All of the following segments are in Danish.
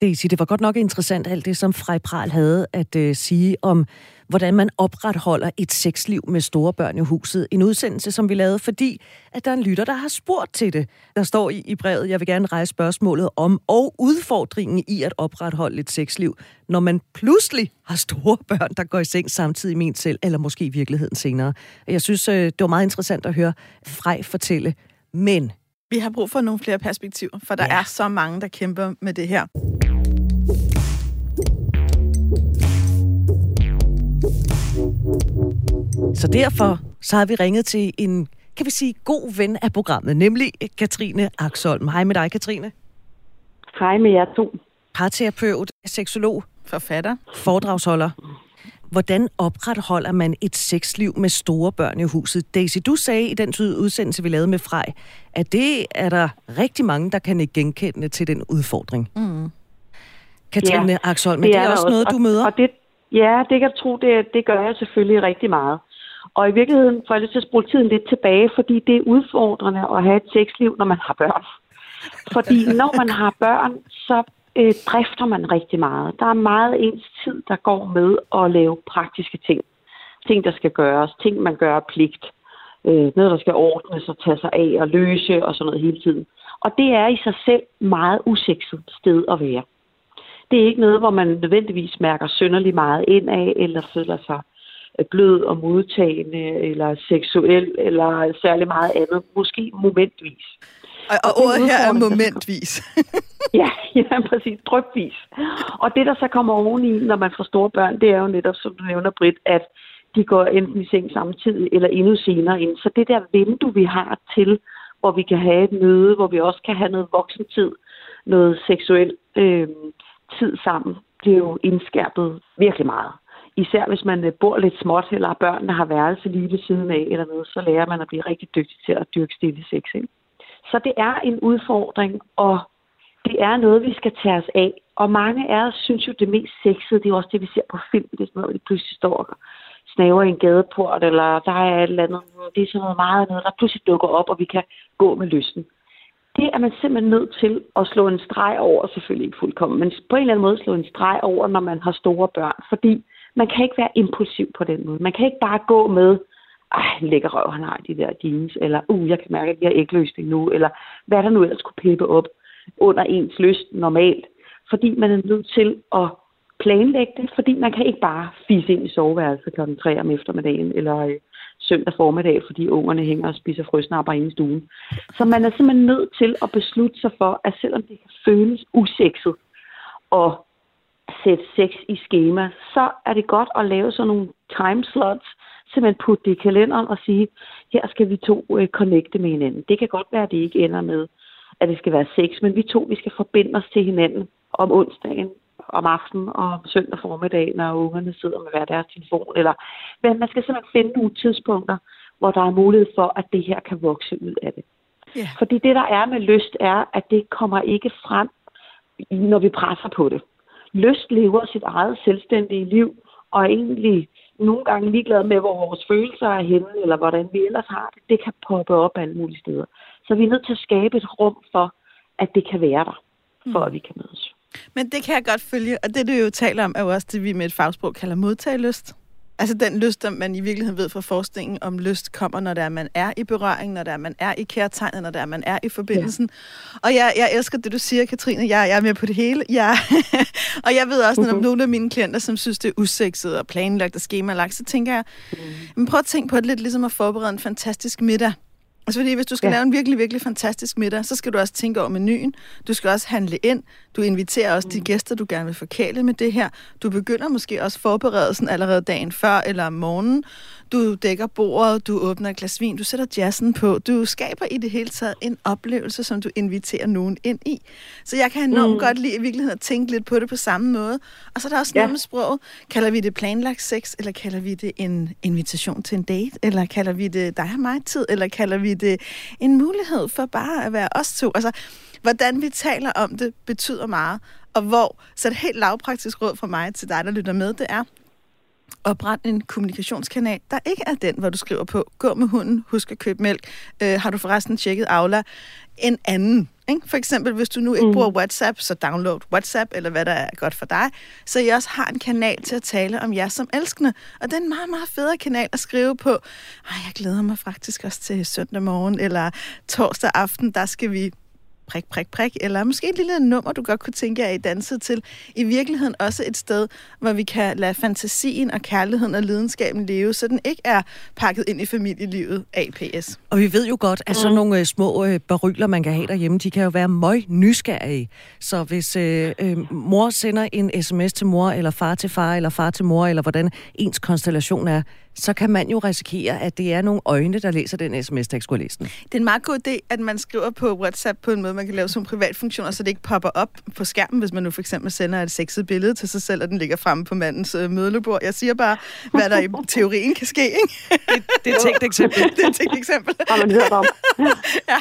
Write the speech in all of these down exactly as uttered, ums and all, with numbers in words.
Daisy, det var godt nok interessant alt det, som Frej Pral havde at uh, sige om, hvordan man opretholder et sexliv med store børn i huset. En udsendelse, som vi lavede, fordi at der er en lytter, der har spurgt til det. Der står i, i brevet, jeg vil gerne rejse spørgsmålet om og udfordringen i at opretholde et sexliv, når man pludselig har store børn, der går i seng samtidig med en selv, eller måske i virkeligheden senere. Jeg synes, uh, det var meget interessant at høre Frej fortælle, men... Vi har brug for nogle flere perspektiver, for der ja. er så mange, der kæmper med det her. Så derfor så har vi ringet til en, kan vi sige, god ven af programmet, nemlig Katrine Axholm. Hej med dig, Katrine. Hej med jer to. Parterapeut, seksolog, forfatter, foredragsholder. Hvordan opretholder man et sexliv med store børn i huset? Daisy, du sagde i den udsendelse, vi lavede med Frej, at det er der rigtig mange, der kan ikke genkende til den udfordring. Mm. Katrine ja, Axholm, men det er, det er også noget, du møder? Og det, ja, det kan jeg tro, det, det gør jeg selvfølgelig rigtig meget. Og i virkeligheden får jeg lyst til at spole tiden lidt tilbage, fordi det er udfordrende at have et sexliv, når man har børn. Fordi når man har børn, så øh, drifter man rigtig meget. Der er meget ens tid, der går med at lave praktiske ting. Ting, der skal gøres. Ting, man gør af pligt. Øh, noget, der skal ordnes og tage sig af og løse og sådan noget hele tiden. Og det er i sig selv meget usekset sted at være. Det er ikke noget, hvor man nødvendigvis mærker synderligt meget ind af, eller føler sig blød og modtagende, eller seksuel, eller særlig meget andet. Måske momentvis. Og, og ordet her er momentvis. ja, ja, præcis. Drypvis. Og det, der så kommer oveni, når man får store børn, det er jo netop, som du nævner, Britt, at de går enten i seng samtidig, eller endnu senere ind. Så det der vindue, vi har til, hvor vi kan have et møde, hvor vi også kan have noget voksentid, noget seksuel øh, tid sammen, bliver jo indskærpet virkelig meget. Især hvis man bor lidt småt, eller børnene har værelse lige ved siden af, eller noget, så lærer man at blive rigtig dygtig til at dyrke stille sex. Ikke? Så det er en udfordring, og det er noget, vi skal tage os af. Og mange af os synes jo, det mest sexede, det er også det, vi ser på film. Det er sådan noget, hvor de pludselig står og snaver i en gadeport, eller der er et eller andet. Det er sådan noget meget noget, der pludselig dukker op, og vi kan gå med lysten. Det er man simpelthen nødt til at slå en streg over, selvfølgelig ikke fuldkommen, men på en eller anden måde slå en streg over, når man har store børn. Fordi man kan ikke være impulsiv på den måde. Man kan ikke bare gå med, ej, lækker røv, han har de der jeans, eller uh, jeg kan mærke, at jeg er ægløsning nu, eller hvad der nu ellers kunne peppe op under ens lyst normalt. Fordi man er nødt til at planlægge det, fordi man kan ikke bare fise ind i soveværelset klokken tre om eftermiddagen, eller øh, søndag formiddag, fordi ungerne hænger og spiser frøsnapper inde i stuen. Så man er simpelthen nødt til at beslutte sig for, at selvom det kan føles usekset, og sætte sex i skema, så er det godt at lave sådan nogle timeslots, simpelthen putte det i kalenderen og sige, her skal vi to uh, connecte med hinanden. Det kan godt være, at det ikke ender med, at det skal være sex, men vi to, vi skal forbinde os til hinanden om onsdagen, om aftenen og om søndag formiddag, når ungerne sidder med hver deres telefon. Eller, men man skal simpelthen finde nogle tidspunkter, hvor der er mulighed for, at det her kan vokse ud af det. Yeah. Fordi det, der er med lyst, er, at det kommer ikke frem, når vi presser på det. Lyst lever sit eget selvstændige liv, og er egentlig nogle gange ligeglad med, hvor vores følelser er henne, eller hvordan vi ellers har det. Det kan poppe op alle mulige steder. Så vi er nødt til at skabe et rum for, at det kan være der, for mm. at vi kan mødes. Men det kan jeg godt følge, og det du jo taler om, er jo også det, vi med et fagsprog kalder modtagelyst. Altså den lyst, som man i virkeligheden ved fra forskningen, om lyst kommer, når der man er i berøring, når der man er i kærtegnet, når der man er i forbindelsen. Ja. Og jeg, jeg elsker det, du siger, Katrine. Jeg, jeg er med på det hele. Jeg, og jeg ved også, når mm-hmm. nogle af mine klienter, som synes, det er usekset og planlagt og skemalagt, så tænker jeg, mm. men prøv at tænke på det lidt ligesom at forberede en fantastisk middag. Altså fordi hvis du skal ja. lave en virkelig, virkelig fantastisk middag, så skal du også tænke over menuen. Du skal også handle ind. Du inviterer også mm. de gæster, du gerne vil forkæle med det her. Du begynder måske også forberedelsen allerede dagen før eller om morgenen. Du dækker bordet, du åbner et glas vin, du sætter jazzen på. Du skaber i det hele taget en oplevelse, som du inviterer nogen ind i. Så jeg kan enormt mm. godt lide i virkeligheden at tænke lidt på det på samme måde. Og så er der også ja. noget med sproget. Kalder vi det planlagt sex, eller kalder vi det en invitation til en date? Eller kalder vi det dig og mig tid? Eller kalder vi det en mulighed for bare at være os to? Altså, hvordan vi taler om det, betyder meget. Og hvor, så et helt lavpraktisk råd fra mig til dig, der lytter med, det er, opret en kommunikationskanal, der ikke er den, hvor du skriver på, gå med hunden, husk at købe mælk, øh, har du forresten tjekket Aula, en anden. Ikke? For eksempel, hvis du nu ikke mm. bruger WhatsApp, så download WhatsApp, eller hvad der er godt for dig, så I også har en kanal til at tale om jer som elskende. Og det er en meget, meget federe kanal at skrive på. Ej, jeg glæder mig faktisk også til søndag morgen, eller torsdag aften, der skal vi prik, prik, prik, eller måske et lille nummer, du godt kunne tænke jer, I dansede til. I virkeligheden også et sted, hvor vi kan lade fantasien og kærligheden og lidenskaben leve, så den ikke er pakket ind i familielivet A P S. Og vi ved jo godt, at sådan nogle øh, små øh, baryler, man kan have derhjemme, de kan jo være møg nysgerrige. Så hvis øh, øh, mor sender en sms til mor, eller far til far, eller far til mor, eller hvordan ens konstellation er, så kan man jo risikere, at det er nogle øjne, der læser den sms-tekst, skulle læse den. Det er en meget god idé, at man skriver på WhatsApp på en måde, man kan lave som privatfunktioner, så det ikke popper op på skærmen, hvis man nu for eksempel sender et sexet billede til sig selv, og den ligger fremme på mandens øh, mødelebord. Jeg siger bare, hvad der i teorien kan ske, ikke? Det, det er et tænkt eksempel. Det er et tænkt eksempel. Har man hørt om. Ja.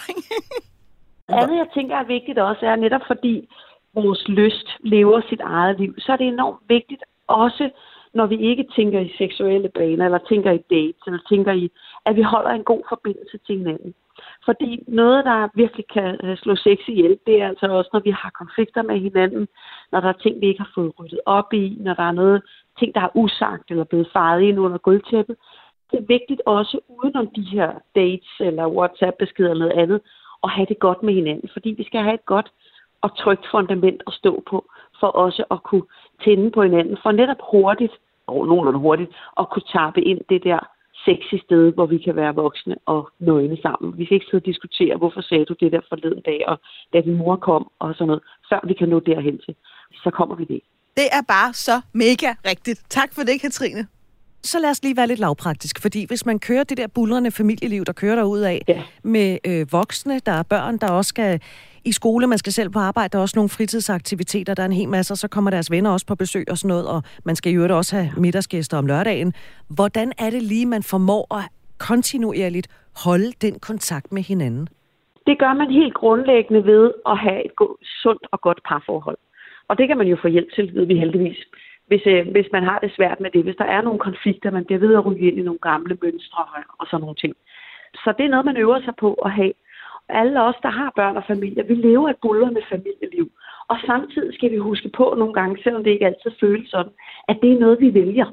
Andet, jeg tænker er vigtigt også, er netop fordi vores lyst lever sit eget liv, så er det enormt vigtigt også, når vi ikke tænker i seksuelle baner, eller tænker i dates, eller tænker i, at vi holder en god forbindelse til hinanden. Fordi noget, der virkelig kan slå sex ihjel, det er altså også, når vi har konflikter med hinanden, når der er ting, vi ikke har fået ryddet op i, når der er noget, ting, der er usagt eller blevet faret ind under gulvtæppet. Det er vigtigt også udenom de her dates eller WhatsApp-beskeder eller noget andet, at have det godt med hinanden. Fordi vi skal have et godt og trygt fundament at stå på, for også at kunne tænde på hinanden, for netop hurtigt, og nogenlunde hurtigt, at kunne tappe ind det der sexy sted, hvor vi kan være voksne og nøgne sammen. Vi skal ikke sidde og diskutere, hvorfor sagde du det der forleden dag, og da din mor kom, og sådan noget, før vi kan nå derhen til. Så kommer vi det. Det er bare så mega rigtigt. Tak for det, Katrine. Så lad os lige være lidt lavpraktisk, fordi hvis man kører det der buldrende familieliv, der kører derud af, ja. med øh, voksne, der er børn, der også skal i skole, man skal selv på arbejde, der er også nogle fritidsaktiviteter, der er en hel masse, og så kommer deres venner også på besøg og sådan noget, og man skal jo også have middagsgæster om lørdagen. Hvordan er det lige, man formår at kontinuerligt holde den kontakt med hinanden? Det gør man helt grundlæggende ved at have et god, sundt og godt parforhold. Og det kan man jo få hjælp til, ved vi heldigvis. Hvis, øh, hvis man har det svært med det, hvis der er nogle konflikter, man bliver ved at ryge ind i nogle gamle mønstre og sådan nogle ting. Så det er noget, man øver sig på at have. Alle os, der har børn og familier, vi lever et buldrende familieliv. Og samtidig skal vi huske på nogle gange, selvom det ikke altid føles sådan, at det er noget, vi vælger.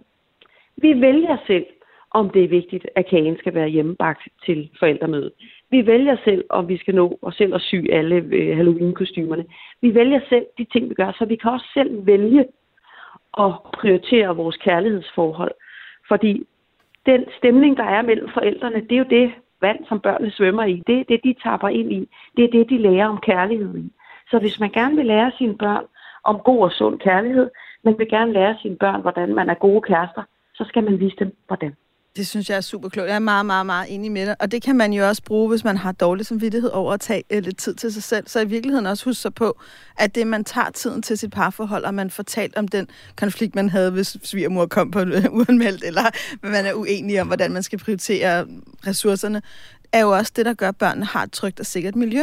Vi vælger selv, om det er vigtigt, at kagen skal være hjemmebagt til forældremødet. Vi vælger selv, om vi skal nå os selv at sy alle øh, Halloween-kostymerne. Vi vælger selv de ting, vi gør, så vi kan også selv vælge at prioritere vores kærlighedsforhold. Fordi den stemning, der er mellem forældrene, det er jo det vand, som børnene svømmer i. Det er det, de tapper ind i. Det er det, de lærer om kærlighed i. Så hvis man gerne vil lære sine børn om god og sund kærlighed, man vil gerne lære sine børn, hvordan man er gode kærester, så skal man vise dem, hvordan. Det synes jeg er super klogt. Jeg er meget, meget, meget enig med dig. Og det kan man jo også bruge, hvis man har dårlig samvittighed over at tage lidt tid til sig selv. Så i virkeligheden også huske sig på, at det, man tager tiden til sit parforhold, og man får talt om den konflikt, man havde, hvis svigermor kom på uanmeldt, eller man er uenig om, hvordan man skal prioritere ressourcerne, er jo også det, der gør, at børnene har et trygt og sikkert miljø.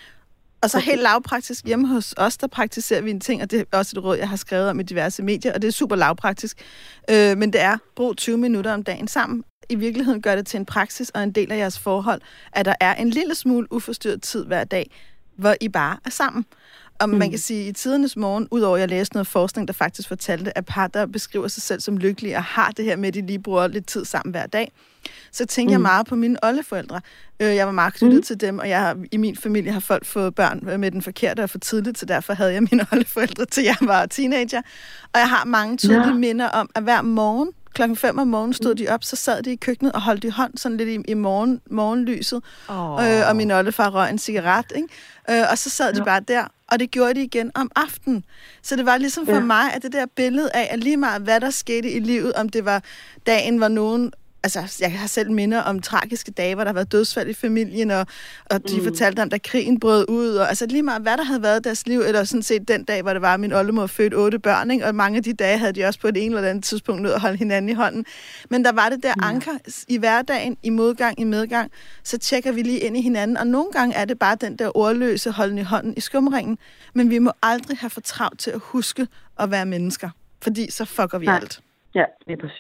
Og så helt lavpraktisk hjemme hos os, der praktiserer vi en ting, og det er også et råd, jeg har skrevet om i diverse medier, og det er super lavpraktisk. Øh, men det er, brug tyve minutter om dagen sammen. I virkeligheden gør det til en praksis og en del af jeres forhold, at der er en lille smule uforstyrret tid hver dag, hvor I bare er sammen. Og mm. man kan sige, at i tidernes morgen, udover at jeg læste noget forskning, der faktisk fortalte, at par, der beskriver sig selv som lykkelige og har det her med, at de lige bruger lidt tid sammen hver dag, så tænker mm. jeg meget på mine oldeforældre. Jeg var meget knyttet mm. til dem, og jeg har, i min familie har folk fået børn med den forkerte og for tidligt, så derfor havde jeg mine oldeforældre, til jeg var teenager. Og jeg har mange tydelige ja. minder om, at hver morgen, klokken fem om morgenen stod de op, så sad de i køkkenet og holdt i hånd sådan lidt i, i morgen, morgenlyset. Oh. Øh, og min oldefar røg en cigaret, ikke? Øh, og så sad de ja. bare der, og det gjorde de igen om aftenen. Så det var ligesom for ja. mig, at det der billede af, at lige meget hvad der skete i livet, om det var dagen, hvor nogen... Altså, jeg har selv minder om tragiske dage, hvor der har været dødsfald i familien, og, og de mm. fortalte om, da krigen brød ud. Og, altså lige meget, hvad der havde været i deres liv, eller sådan set den dag, hvor det var, at min oldemor fødte otte børn, ikke? Og mange af de dage havde de også på et ene eller andet tidspunkt nødt at holde hinanden i hånden. Men der var det der ja. anker i hverdagen, i modgang, i medgang, så tjekker vi lige ind i hinanden. Og nogle gange er det bare den der ordløse holden i hånden i skumringen. Men vi må aldrig have for travlt til at huske at være mennesker, fordi så fucker vi Nej. alt. Ja, det er præcis.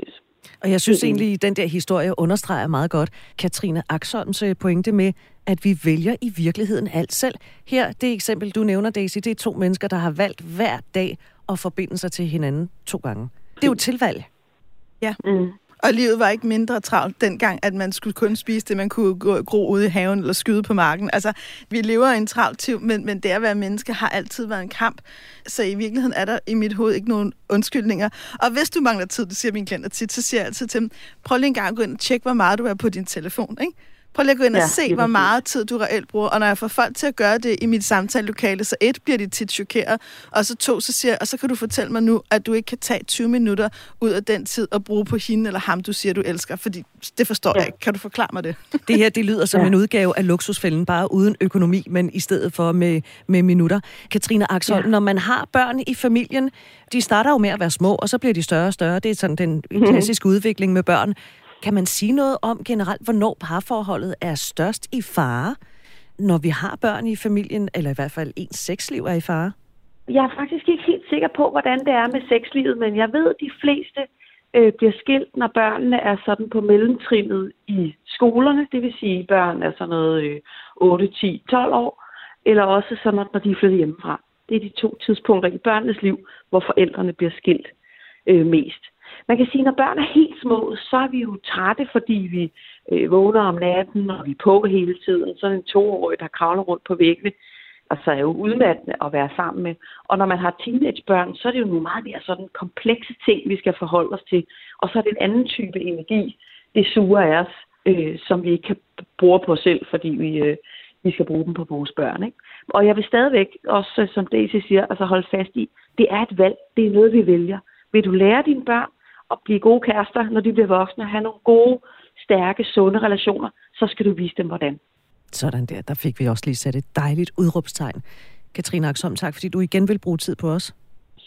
Og jeg synes egentlig, at den der historie understreger meget godt Katrine Axholms pointe med, at vi vælger i virkeligheden alt selv. Her, det eksempel, du nævner, Daisy, det er to mennesker, der har valgt hver dag at forbinde sig til hinanden to gange. Det er jo et tilvalg. Ja. Mm. Og livet var ikke mindre travlt dengang, at man skulle kun spise det, man kunne gå, gro ude i haven eller skyde på marken. Altså, vi lever i en travlt tid, men, men det at være menneske har altid været en kamp. Så i virkeligheden er der i mit hoved ikke nogen undskyldninger. Og hvis du mangler tid, det siger mine klienter tit, så siger jeg altid til dem, prøv lige en gang at gå ind og tjekke, hvor meget du er på din telefon, ikke? Prøv lige at gå ind og ja, se, hvor meget tid du reelt bruger. Og når jeg får folk til at gøre det i mit samtalelokale, så et, bliver de tit chokeret, og så to, så siger jeg, og så kan du fortælle mig nu, at du ikke kan tage tyve minutter ud af den tid og bruge på hende eller ham, du siger, du elsker. Fordi det forstår ja. jeg ikke. Kan du forklare mig det? Det her, det lyder som ja. en udgave af Luksusfælden, bare uden økonomi, men i stedet for med, med minutter. Katrine Axholm, ja. når man har børn i familien, de starter jo med at være små, og så bliver de større og større. Det er sådan den klassiske mm-hmm. udvikling med børn. Kan man sige noget om generelt, hvornår parforholdet er størst i fare, når vi har børn i familien, eller i hvert fald ens sexliv er i fare? Jeg er faktisk ikke helt sikker på, hvordan det er med sexlivet, men jeg ved, at de fleste øh, bliver skilt, når børnene er sådan på mellemtrinnet i skolerne. Det vil sige, at børn er sådan noget øh, otte, ti, tolv år, eller også sådan, når de er flyttet hjemmefra. Det er de to tidspunkter i børnenes liv, hvor forældrene bliver skilt øh, mest. Man kan sige, at når børn er helt små, så er vi jo trætte, fordi vi øh, vågner om natten, og vi er på hele tiden. Sådan en toårig, der kravler rundt på væggene, altså er jo udmattende at være sammen med. Og når man har teenagebørn, så er det jo nogle meget mere sådan komplekse ting, vi skal forholde os til. Og så er det en anden type energi, det suger af os, øh, som vi ikke kan bruge på os selv, fordi vi, øh, vi skal bruge dem på vores børn. Ikke? Og jeg vil stadigvæk, også som Daisy siger, altså holde fast i, det er et valg, det er noget, vi vælger. Vil du lære dine børn at blive gode kærester, når de bliver voksne, og have nogle gode, stærke, sunde relationer, så skal du vise dem, hvordan. Sådan der, der fik vi også lige sat et dejligt udråbstegn. Katrine Axholm, tak fordi du igen vil bruge tid på os.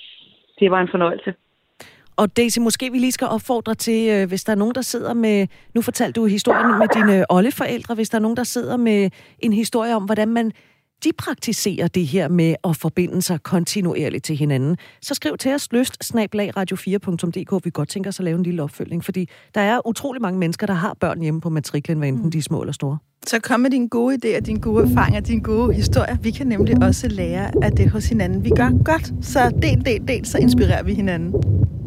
Det var en fornøjelse. Og Daisy, måske vi lige skal opfordre til, hvis der er nogen, der sidder med... Nu fortalte du historien med dine oldeforældre. Hvis der er nogen, der sidder med en historie om, hvordan man de praktiserer det her med at forbinde sig kontinuerligt til hinanden, så skriv til os lyst snabel-a radio fire punktum d k. Vi godt tænker os at lave en lille opfølging, fordi der er utrolig mange mennesker, der har børn hjemme på matriklen, hvad enten mm. de er små eller store. Så kom med dine gode idéer, dine gode erfaringer, dine gode historier. Vi kan nemlig også lære af det hos hinanden. Vi gør godt, så del, del, del, så inspirerer vi hinanden.